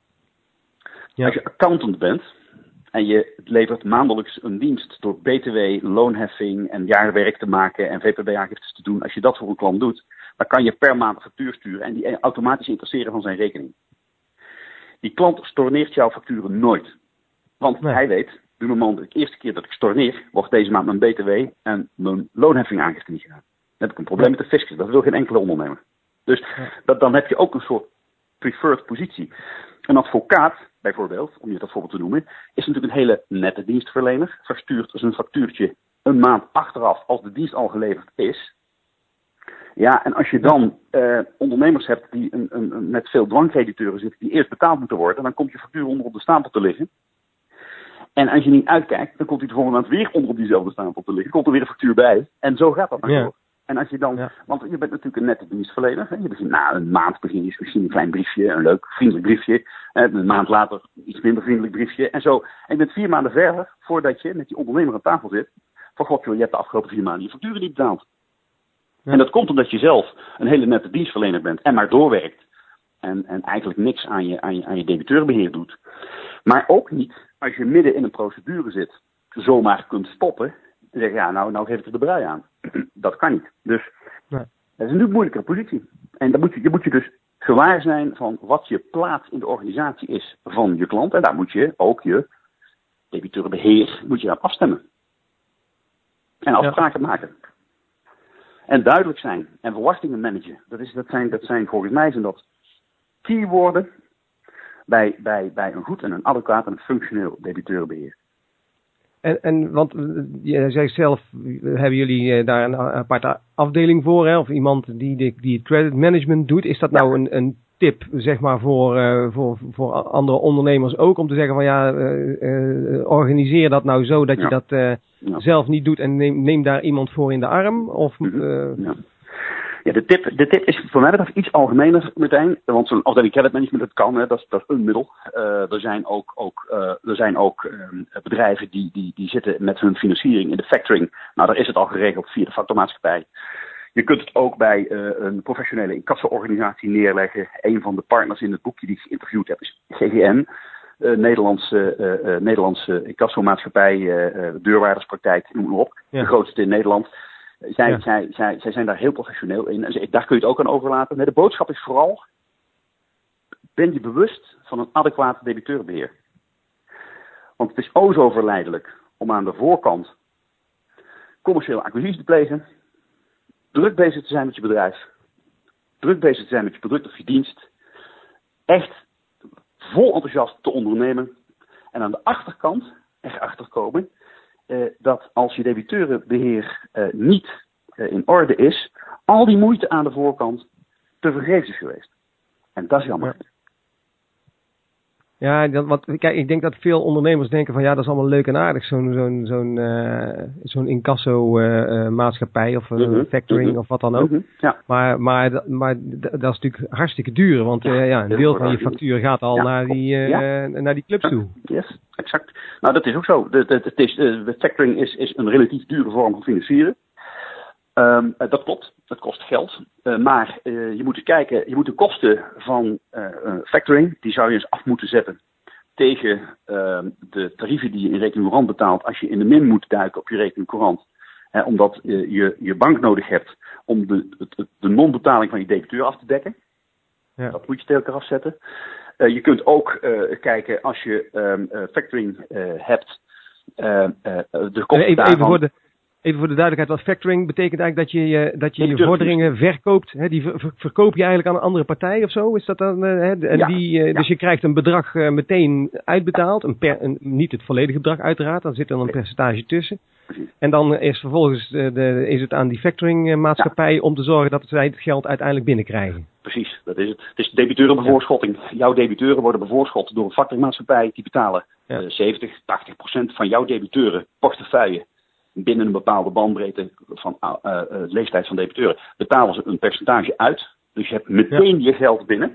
S3: Ja. Als je accountant bent en je levert maandelijks een dienst door B T W, loonheffing en jaarwerk te maken en V P B-aangiftes te doen. Als je dat voor een klant doet, dan kan je per maand een factuur sturen en die automatisch incasseren van zijn rekening. Die klant storneert jouw facturen nooit. Want nee. hij weet, du moment de eerste keer dat ik storneer, wordt deze maand mijn B T W en mijn loonheffing aangifte niet gedaan. Dan heb ik een probleem met de fiscus. Dat wil geen enkele ondernemer. Dus ja. dat, dan heb je ook een soort preferred positie. Een advocaat, bijvoorbeeld, om je dat voorbeeld te noemen, is natuurlijk een hele nette dienstverlener. Verstuurt zijn factuurtje een maand achteraf als de dienst al geleverd is. Ja, en als je dan uh, ondernemers hebt die een, een, een, met veel dwangcrediteuren zitten die eerst betaald moeten worden, dan komt je factuur onder op de stapel te liggen. En als je niet uitkijkt, dan komt hij de volgende maand weer onder op diezelfde stapel te liggen. Komt er weer een factuur bij. En zo gaat dat natuurlijk. Ja. En als je dan, ja. want je bent natuurlijk een nette dienstverlener. Hè? Je begint na een maand begin je misschien een klein briefje, een leuk, vriendelijk briefje. En een maand later iets minder vriendelijk briefje. En zo. En je bent vier maanden verder voordat je met die ondernemer aan tafel zit. Van god joh, je hebt de afgelopen vier maanden je facturen niet betaald. Ja. En dat komt omdat je zelf een hele nette dienstverlener bent en maar doorwerkt. En, en eigenlijk niks aan je, aan je, aan je debiteurenbeheer doet. Maar ook niet als je midden in een procedure zit, zomaar kunt stoppen. En zeggen, ja, nou, nou geef ik er de brui aan. Dat kan niet. Dus nee. dat is natuurlijk een moeilijkere positie. En dan moet je, je moet je dus gewaar zijn van wat je plaats in de organisatie is van je klant. En daar moet je ook je debiteurenbeheer moet je aan afstemmen. En afspraken ja. maken. En duidelijk zijn. En verwachtingen managen. Dat, is, dat, zijn, dat zijn volgens mij zijn dat keywoorden bij, bij, bij een goed en een adequaat en een functioneel debiteurenbeheer.
S2: En, en want jij zei zelf, hebben jullie daar een aparte afdeling voor, hè? Of iemand die, die, die het credit management doet. Is dat nou een, een tip, zeg maar, voor, uh, voor, voor andere ondernemers ook? Om te zeggen van ja, uh, uh, organiseer dat nou zo dat ja. je dat uh, ja. zelf niet doet en neem, neem daar iemand voor in de arm? Of, uh,
S3: ja. Ja, de tip, de tip is voor mij betreft iets algemener meteen. Want zo'n afdeling credit management, dat kan, hè, dat, is, dat is een middel. Uh, er zijn ook, ook, uh, er zijn ook uh, bedrijven die, die, die zitten met hun financiering in de factoring. Nou, daar is het al geregeld via de factormaatschappij. Je kunt het ook bij uh, een professionele incassoorganisatie neerleggen. Een van de partners in het boekje die ik geïnterviewd heb is G G N. Uh, Nederlandse, uh, uh, Nederlandse incassomaatschappij, uh, uh, deurwaarderspraktijk, noem maar op. Ja. De grootste in Nederland. Zij, ja. zij, zij, zij zijn daar heel professioneel in. En zij, daar kun je het ook aan overlaten. Nee, de boodschap is vooral, ben je bewust van een adequaat debiteurenbeheer. Want het is o zo verleidelijk om aan de voorkant commerciële acquisitie te plegen, druk bezig te zijn met je bedrijf, druk bezig te zijn met je product of je dienst, echt vol enthousiast te ondernemen en aan de achterkant erachter komen uh, dat als je debiteurenbeheer uh, niet uh, in orde is, al die moeite aan de voorkant te vergeefs is geweest. En dat is jammer.
S2: Ja. Ja, dat, wat, kijk, ik denk dat veel ondernemers denken van ja, dat is allemaal leuk en aardig, zo'n zo'n zo'n uh, zo'n incasso uh, uh, maatschappij of uh,
S3: mm-hmm.
S2: factoring
S3: mm-hmm.
S2: of wat dan ook.
S3: Mm-hmm. Ja.
S2: Maar, maar, maar dat is natuurlijk hartstikke duur, want uh, ja, een deel van je factuur gaat al ja, naar, die, uh, ja. naar die clubs toe.
S3: Yes, exact. Nou, dat is ook zo. De, de, het is, uh, de factoring is, is een relatief dure vorm van financieren. Um, uh, dat klopt, dat kost geld. Uh, maar uh, je moet eens kijken, je moet de kosten van uh, uh, factoring, die zou je eens af moeten zetten tegen uh, de tarieven die je in rekening courant betaalt als je in de min moet duiken op je rekening courant. Uh, omdat uh, je je bank nodig hebt om de, de, de non-betaling van je debiteur af te dekken. Ja. Dat moet je tegen elkaar afzetten. Uh, je kunt ook uh, kijken als je um, uh, factoring uh, hebt. Uh, uh, de kosten
S2: even,
S3: daarvan...
S2: even voor de... Even voor de duidelijkheid, wat factoring betekent eigenlijk dat je dat je, je vorderingen verkoopt. Hè, die ver, verkoop je eigenlijk aan een andere partij of zo? Is dat dan? Uh, hè, en
S3: ja,
S2: die, uh,
S3: ja.
S2: Dus je krijgt een bedrag uh, meteen uitbetaald. Een per, een, niet het volledige bedrag uiteraard, dan zit er een percentage tussen. En dan is vervolgens uh, de, is het aan die factoring maatschappij ja. om te zorgen dat zij het geld uiteindelijk binnenkrijgen.
S3: Precies, dat is het. Het is debiteurenbevoorschotting. Ja. Jouw debiteuren worden bevoorschot door een factoringmaatschappij. Die betalen ja. uh, zeventig, tachtig procent van jouw debiteuren portefeuille. Binnen een bepaalde bandbreedte van uh, uh, leeftijd van debiteuren betalen ze een percentage uit. Dus je hebt meteen ja. je geld binnen.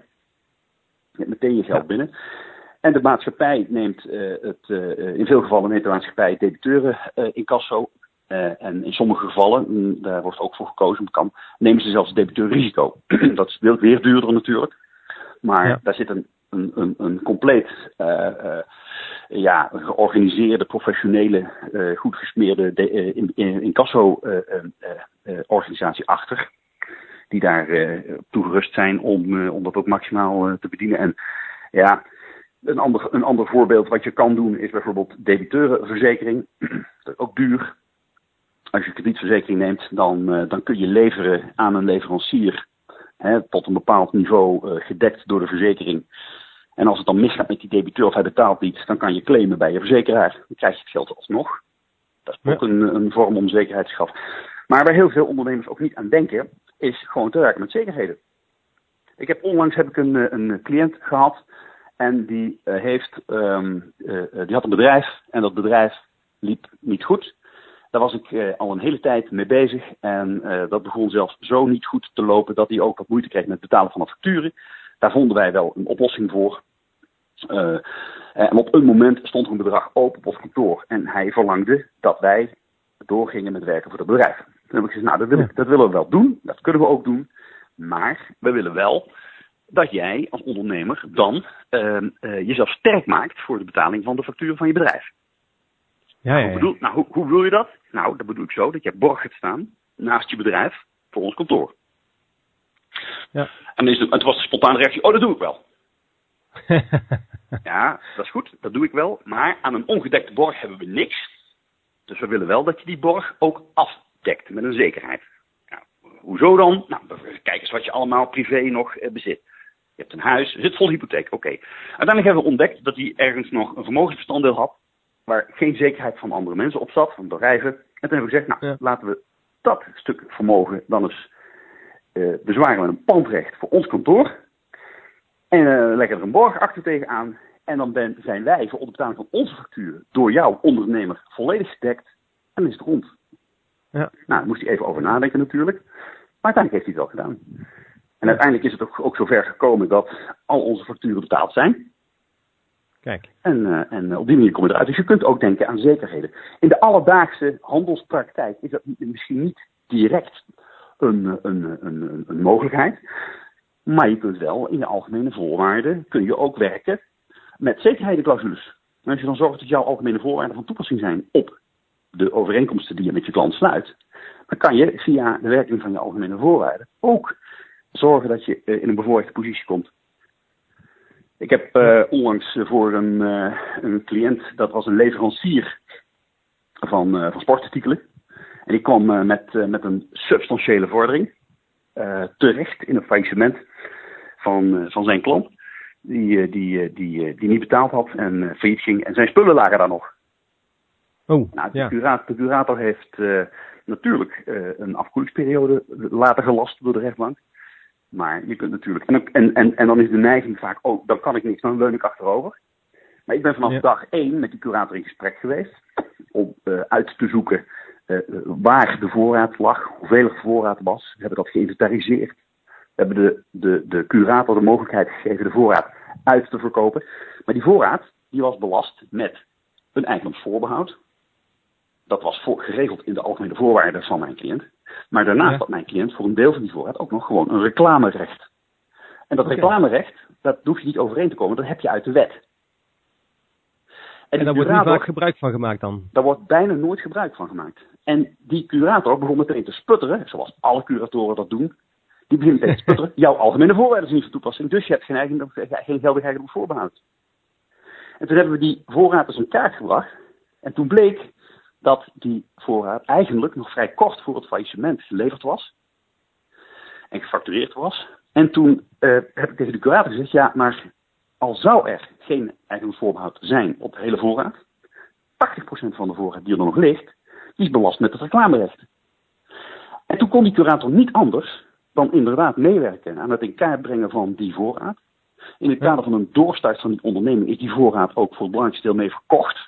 S3: Je hebt meteen je geld ja. binnen. En de maatschappij neemt uh, het, uh, in veel gevallen neemt de maatschappij debiteuren uh, in casso. Uh, en in sommige gevallen, mm, daar wordt ook voor gekozen, kan, nemen ze zelfs debiteur-risico. Dat is weer duurder natuurlijk. Maar ja. daar zit een, een, een, een compleet uh, uh, ja, georganiseerde, professionele, uh, goed gesmeerde de, uh, in, in, incasso-organisatie uh, uh, uh, achter. Die daar uh, toegerust zijn om, uh, om dat ook maximaal uh, te bedienen. En ja, een ander, een ander voorbeeld wat je kan doen is bijvoorbeeld debiteurenverzekering. Dat is ook duur. Als je kredietverzekering neemt, dan, uh, dan kun je leveren aan een leverancier. Hè, tot een bepaald niveau uh, gedekt door de verzekering. En als het dan misgaat met die debiteur of hij betaalt niet, dan kan je claimen bij je verzekeraar. Dan krijg je het geld alsnog. Dat is ook ja. een, een vorm om zekerheid te schaffen. Maar waar heel veel ondernemers ook niet aan denken, is gewoon te werken met zekerheden. Ik heb onlangs heb ik een, een cliënt gehad en die, uh, heeft, um, uh, die had een bedrijf en dat bedrijf liep niet goed. Daar was ik uh, al een hele tijd mee bezig en uh, dat begon zelfs zo niet goed te lopen dat hij ook wat moeite kreeg met het betalen van de facturen. Daar vonden wij wel een oplossing voor. Uh, en op een moment stond er een bedrag open op ons kantoor en hij verlangde dat wij doorgingen met werken voor het bedrijf. Toen heb ik gezegd, nou dat, wil ik, dat willen we wel doen, dat kunnen we ook doen, maar we willen wel dat jij als ondernemer dan uh, uh, jezelf sterk maakt voor de betaling van de facturen van je bedrijf. Ja, ja, ja. Hoe, bedoel, nou, hoe, hoe bedoel je dat? Nou, dat bedoel ik zo, dat je borg gaat staan naast je bedrijf voor ons kantoor. Ja. En dan is het, het was de spontane reactie, oh dat doe ik wel. Ja, dat is goed, dat doe ik wel. Maar aan een ongedekte borg hebben we niks. Dus we willen wel dat je die borg ook afdekt met een zekerheid. Nou, hoezo dan? Nou, kijk eens wat je allemaal privé nog eh, bezit. Je hebt een huis, er zit vol hypotheek, oké. Okay. Uiteindelijk hebben we ontdekt dat hij ergens nog een vermogensbestanddeel had, waar geen zekerheid van andere mensen op zat, van bedrijven. En toen hebben we gezegd, nou, ja. laten we dat stuk vermogen dan eens uh, bezwaren met een pandrecht voor ons kantoor. En uh, leggen er een borgachter tegenaan. En dan ben, zijn wij voor de betaling van onze facturen door jouw ondernemer volledig gedekt. En dan is het rond. Ja. Nou, daar moest hij even over nadenken natuurlijk. Maar uiteindelijk heeft hij het wel gedaan. En uiteindelijk is het ook, ook zover gekomen dat al onze facturen betaald zijn.
S2: Kijk.
S3: En, uh, en op die manier kom je eruit. Dus je kunt ook denken aan zekerheden. In de alledaagse handelspraktijk is dat misschien niet direct een, een, een, een, een mogelijkheid. Maar je kunt wel in de algemene voorwaarden kun je ook werken met zekerheidenclausules. En als je dan zorgt dat jouw algemene voorwaarden van toepassing zijn op de overeenkomsten die je met je klant sluit, dan kan je via de werking van je algemene voorwaarden ook zorgen dat je uh, in een bevoorrechte positie komt Ik heb uh, onlangs voor een, uh, een cliënt, dat was een leverancier van, uh, van sportartikelen. En die kwam uh, met, uh, met een substantiële vordering uh, terecht in een faillissement van, uh, van zijn klant. Die, uh, die, uh, die, uh, die niet betaald had en uh, failliet ging. En zijn spullen lagen daar nog.
S1: Oh,
S3: nou, de,
S1: ja.
S3: curator, de curator heeft uh, natuurlijk uh, een afkoelingsperiode later gelast door de rechtbank. Maar je kunt natuurlijk... En, en, en, en dan is de neiging vaak... Oh, dan kan ik niks, dan leun ik achterover. Maar ik ben vanaf ja. dag één met die curator in gesprek geweest. Om uh, uit te zoeken uh, waar de voorraad lag. Hoeveel er voorraad was. We hebben dat geïnventariseerd. We hebben de, de, de curator de mogelijkheid gegeven de voorraad uit te verkopen. Maar die voorraad die was belast met een eigendomsvoorbehoud. Dat was voor, geregeld in de algemene voorwaarden van mijn cliënt. Maar daarnaast ja. had mijn cliënt voor een deel van die voorraad ook nog gewoon een reclamerecht. En dat okay. reclamerecht, dat hoef je niet overeen te komen, dat heb je uit de wet.
S1: En, en daar wordt niet vaak gebruik van gemaakt dan?
S3: Daar wordt bijna nooit gebruik van gemaakt. En die curator begon meteen te sputteren, zoals alle curatoren dat doen. Die begint meteen te sputteren, jouw algemene voorwaarden zijn niet van toepassing, dus je hebt geen, eigen, geen geldig eigendomsvoorbehoud. En toen hebben we die voorraad eens in kaart gebracht. En toen bleek dat die voorraad eigenlijk nog vrij kort voor het faillissement geleverd was. En gefactureerd was. En toen uh, heb ik tegen de curator gezegd, ja, maar al zou er geen eigendomsvoorbehoud zijn op de hele voorraad, tachtig procent van de voorraad die er nog ligt, die is belast met het reclamerecht. En toen kon die curator niet anders dan inderdaad meewerken aan het in kaart brengen van die voorraad. In het kader van een doorstart van die onderneming is die voorraad ook voor het belangrijkste deel mee verkocht.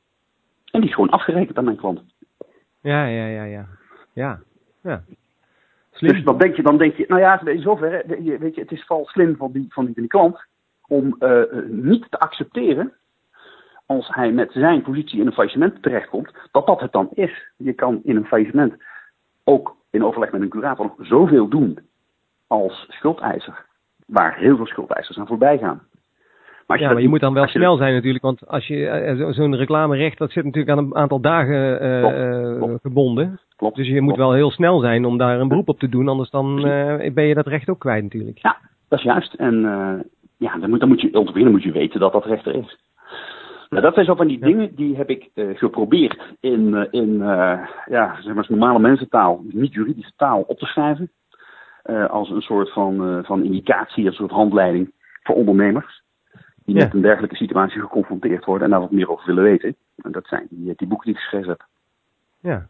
S3: En die is gewoon afgerekend aan mijn klant.
S1: Ja, ja, ja, ja. Ja, ja.
S3: Slim. Dus dan denk je, dan denk je, nou ja, in zoverre, weet je, het is vooral slim van die, van die, van die klant om uh, niet te accepteren, als hij met zijn positie in een faillissement terechtkomt, dat dat het dan is. Je kan in een faillissement ook in overleg met een curator nog zoveel doen als schuldeiser, waar heel veel schuldeisers aan voorbij gaan.
S1: Maar ja, maar je niet, moet dan wel snel zijn natuurlijk, want als je uh, zo, zo'n reclamerecht, dat zit natuurlijk aan een aantal dagen uh, klopt, klopt. gebonden. Klopt, dus je klopt. moet wel heel snel zijn om daar een beroep op te doen, anders dan uh, ben je dat recht ook kwijt natuurlijk.
S3: Ja, dat is juist. En uh, ja, dan moet, dan moet je, dan moet je weten dat dat recht er is. Nou, dat zijn zo van die ja. dingen, die heb ik uh, geprobeerd in, uh, in uh, ja, zeg maar normale mensentaal, niet juridische taal, op te schrijven. Uh, als een soort van, uh, van indicatie, een soort handleiding voor ondernemers. Die ja. met een dergelijke situatie geconfronteerd worden en daar wat meer over willen weten. En dat zijn die, die boeken die ik geschreven heb.
S1: Ja.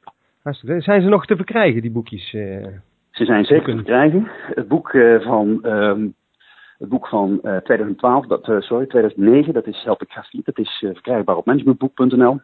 S1: Zijn ze nog te verkrijgen, die boekjes? Uh,
S3: ze zijn zeker te verkrijgen. Het boek uh, van, um, het boek van uh, twintig twaalf, dat, uh, sorry, tweeduizend negen, dat is Help ik Grafiek. Dat is uh, verkrijgbaar op managementboek punt n l.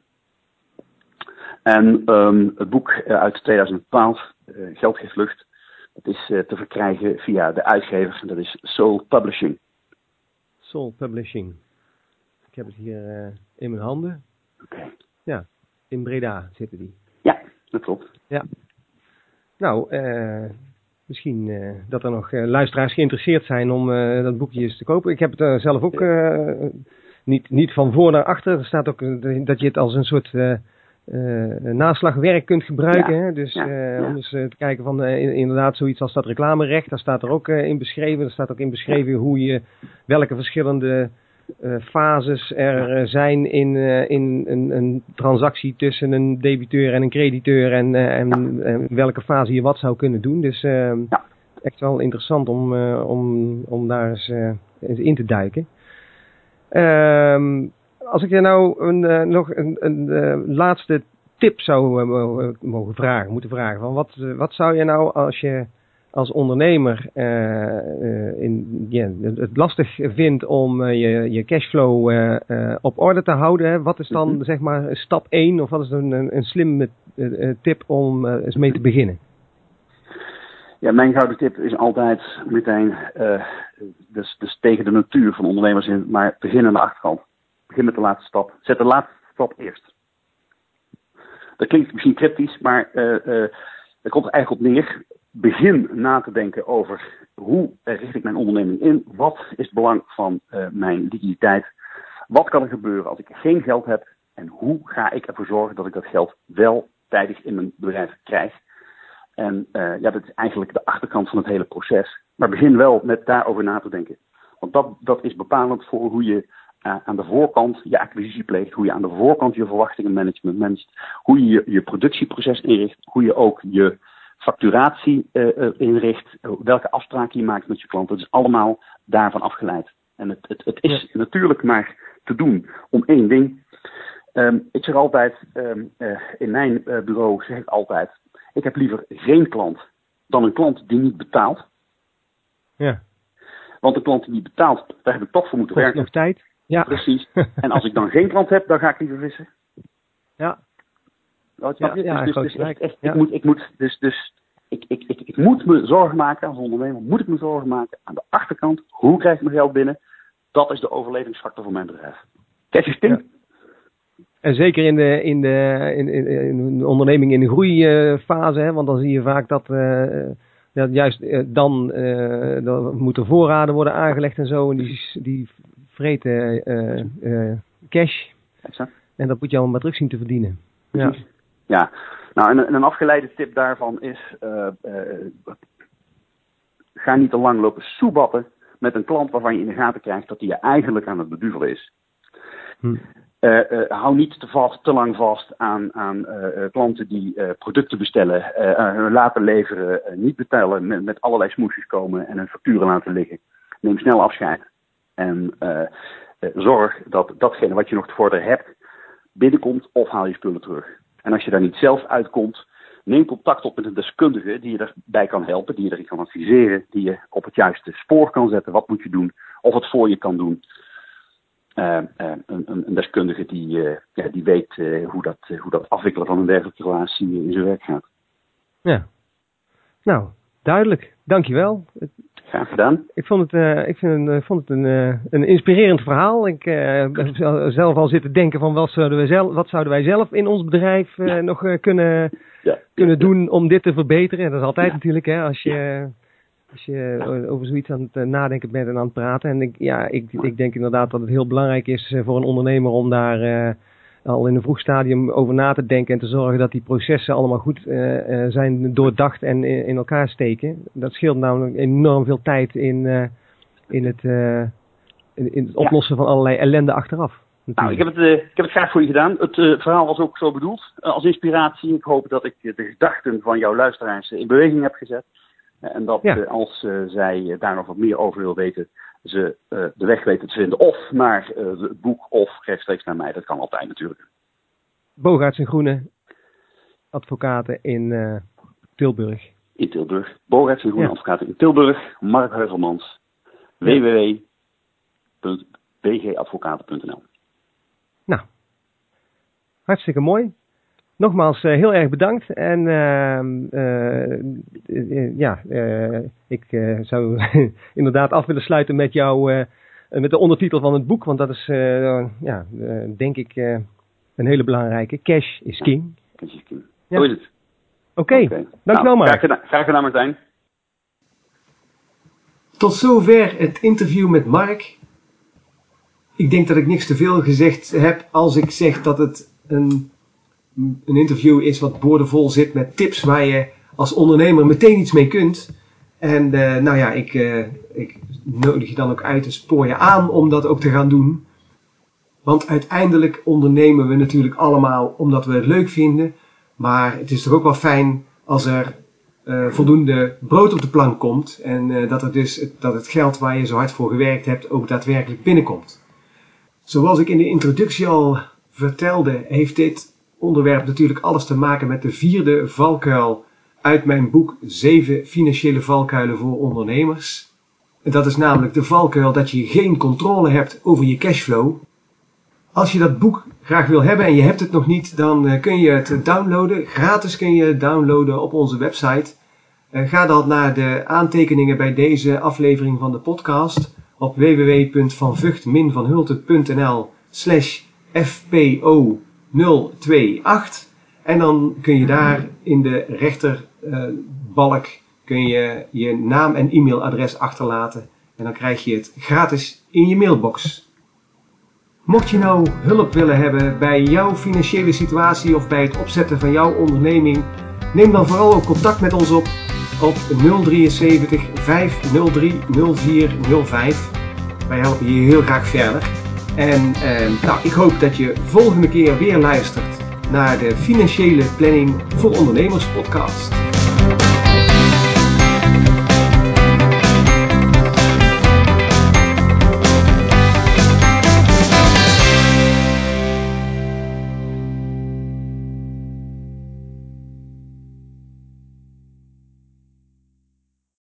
S3: En um, het boek uh, uit tweeduizend twaalf, uh, Geld geeft lucht, dat is uh, te verkrijgen via de uitgever. En dat is Soul Publishing.
S1: Soul Publishing. Ik heb het hier uh, in mijn handen.
S3: Oké. Okay.
S1: Ja, in Breda zitten die.
S3: Ja, dat klopt.
S1: Ja. Nou, uh, misschien uh, dat er nog uh, luisteraars geïnteresseerd zijn om uh, dat boekje eens te kopen. Ik heb het uh, zelf ook uh, niet, niet van voor naar achter. Er staat ook uh, dat je het als een soort uh, uh, naslagwerk kunt gebruiken. Ja. Hè? Dus uh, ja, ja. om eens uh, te kijken van uh, inderdaad zoiets als dat reclamerecht. Daar staat er ook uh, in beschreven. Er staat ook in beschreven hoe je welke verschillende uh, fases er uh, zijn in, uh, in een, een transactie tussen een debiteur en een crediteur. En, uh, en ja. uh, welke fase je wat zou kunnen doen. Dus uh, ja. echt wel interessant om, uh, om, om daar eens, uh, eens in te duiken. Uh, Als ik je nou een, uh, nog een, een uh, laatste tip zou uh, mogen vragen, moeten vragen. Van wat, uh, wat zou je nou als je als ondernemer uh, uh, in, yeah, het lastig vindt om uh, je, je cashflow uh, uh, op orde te houden? Hè? Wat is dan mm-hmm. zeg maar stap één of wat is een, een, een slimme uh, tip om uh, eens mee te beginnen?
S3: Ja, mijn gouden tip is altijd meteen uh, dus, dus tegen de natuur van ondernemers in, maar begin aan de achterkant. Begin met de laatste stap. Zet de laatste stap eerst. Dat klinkt misschien cryptisch, maar uh, uh, er komt er eigenlijk op neer. Begin na te denken over hoe richt ik mijn onderneming in? Wat is het belang van uh, mijn liquiditeit? Wat kan er gebeuren als ik geen geld heb? En hoe ga ik ervoor zorgen dat ik dat geld wel tijdig in mijn bedrijf krijg? En uh, ja, dat is eigenlijk de achterkant van het hele proces. Maar begin wel met daarover na te denken. Want dat, dat is bepalend voor hoe je uh, aan de voorkant je acquisitie pleegt, hoe je aan de voorkant je verwachtingenmanagement managt, hoe je je, je productieproces inricht, hoe je ook je facturatie uh, uh, inricht, welke afspraken je maakt met je klanten. Het is allemaal daarvan afgeleid. En het, het, het is ja. natuurlijk maar te doen om één ding. Um, ik zeg altijd, um, uh, in mijn uh, bureau zeg ik altijd, ik heb liever geen klant dan een klant die niet betaalt.
S2: Ja.
S3: Want een klant die niet betaalt, daar heb ik toch voor moeten
S2: Kost
S3: werken.
S2: nog tijd. Ja.
S3: Precies. En als ik dan geen klant heb, dan ga ik liever vissen.
S2: Ja.
S3: Ja,
S2: ja,
S3: dus,
S2: ja
S3: dus,
S2: dus,
S3: dus echt, echt,
S2: ja.
S3: ik moet, ik moet, dus, dus ik, ik, ik, ik moet me zorgen maken als ondernemer, moet ik me zorgen maken aan de achterkant. Hoe krijg ik mijn geld binnen? Dat is de overlevingsfactor voor mijn bedrijf. Cash is king.
S2: Ja. En zeker in de, in de, in, in, in de onderneming in de groeifase, hè, want dan zie je vaak dat, uh, dat juist uh, dan, uh, dan moeten voorraden worden aangelegd en zo. En die, die vreten uh, uh, cash.
S3: Exact.
S2: En dat moet je allemaal maar terug zien te verdienen. Ja.
S3: Ja, nou en, en een afgeleide tip daarvan is, uh, uh, ga niet te lang lopen soebatten met een klant waarvan je in de gaten krijgt dat hij je eigenlijk aan het beduvelen is. Hm. Uh, uh, hou niet te, vast, te lang vast aan, aan uh, klanten die uh, producten bestellen, uh, laten leveren, uh, niet betalen, met, met allerlei smoesjes komen en hun facturen laten liggen. Neem snel afscheid. En uh, uh, zorg dat datgene wat je nog te vorderen hebt, binnenkomt of haal je spullen terug. En als je daar niet zelf uitkomt, neem contact op met een deskundige die je erbij kan helpen, die je erin kan adviseren, die je op het juiste spoor kan zetten. Wat moet je doen? Of het voor je kan doen. Uh, uh, een, een deskundige die, uh, ja, die weet uh, hoe, dat, uh, hoe dat afwikkelen van een dergelijke relatie uh, in zijn werk gaat.
S2: Ja, nou, duidelijk. Dankjewel.
S3: Graag gedaan.
S2: Ik vond het, uh, ik vind, uh, vond het een, uh, een inspirerend verhaal. Ik uh, heb zelf al zitten denken van wat zouden wij zelf, wat zouden wij zelf in ons bedrijf uh, ja. nog uh, kunnen, ja. kunnen doen om dit te verbeteren. Dat is altijd ja. natuurlijk, hè, als je... Ja. Als je over zoiets aan het nadenken bent en aan het praten. En ik, ja, ik, ik denk inderdaad dat het heel belangrijk is voor een ondernemer om daar uh, al in een vroeg stadium over na te denken. En te zorgen dat die processen allemaal goed uh, uh, zijn doordacht en in, in elkaar steken. Dat scheelt namelijk enorm veel tijd in, uh, in, het, uh, in, in het oplossen ja. van allerlei ellende achteraf.
S3: Nou, ik heb, het, uh, ik heb het graag voor je gedaan. Het uh, verhaal was ook zo bedoeld uh, als inspiratie. Ik hoop dat ik uh, de gedachten van jouw luisteraars uh, in beweging heb gezet. En dat ja. uh, als uh, zij uh, daar nog wat meer over wil weten, ze uh, de weg weten te vinden. Of naar uh, het boek of rechtstreeks naar mij. Dat kan altijd natuurlijk.
S2: Bogaerts en Groene, advocaten in uh, Tilburg.
S3: In Tilburg. Bogaerts en Groene, ja. advocaten in Tilburg. Mark Heuvelmans. Ja. w w w punt b g advocaten punt n l
S2: Nou, hartstikke mooi. Nogmaals, uh, heel erg bedankt. En uh, uh, uh, ja, uh, ik uh, zou inderdaad af willen sluiten met jou, uh, met de ondertitel van het boek. Want dat is, uh, ja, uh, denk ik, uh, een hele belangrijke. Cash is king.
S3: Cash is king.
S2: Ja.
S3: Zo is het.
S2: Oké, okay. okay. Dankjewel,
S3: nou,
S2: Mark.
S3: Graag gedaan, graag gedaan, Martijn.
S1: Tot zover het interview met Mark. Ik denk dat ik niks te veel gezegd heb als ik zeg dat het een... een interview is wat boordevol zit met tips waar je als ondernemer meteen iets mee kunt. En uh, nou ja, ik, uh, ik nodig je dan ook uit en spoor je aan om dat ook te gaan doen. Want uiteindelijk ondernemen we natuurlijk allemaal omdat we het leuk vinden. Maar het is toch ook wel fijn als er uh, voldoende brood op de plank komt. En uh, dat, er dus, dat het geld waar je zo hard voor gewerkt hebt ook daadwerkelijk binnenkomt. Zoals ik in de introductie al vertelde, heeft dit onderwerp natuurlijk alles te maken met de vierde valkuil uit mijn boek zeven financiële valkuilen voor ondernemers. En dat is namelijk de valkuil dat je geen controle hebt over je cashflow. Als je dat boek graag wil hebben en je hebt het nog niet, dan kun je het downloaden. Gratis kun je het downloaden op onze website. Ga dan naar de aantekeningen bij deze aflevering van de podcast op w w w punt van vught dash van hulten punt n l slash f p o nul twee acht en dan kun je daar in de rechterbalk uh, kun je je naam en e-mailadres achterlaten en dan krijg je het gratis in je mailbox. Mocht je nou hulp willen hebben bij jouw financiële situatie of bij het opzetten van jouw onderneming, neem dan vooral ook contact met ons op op nul zeven drie vijf nul drie nul vier nul vijf. Wij helpen je heel graag verder. En eh, nou, ik hoop dat je volgende keer weer luistert naar de Financiële Planning voor Ondernemers podcast.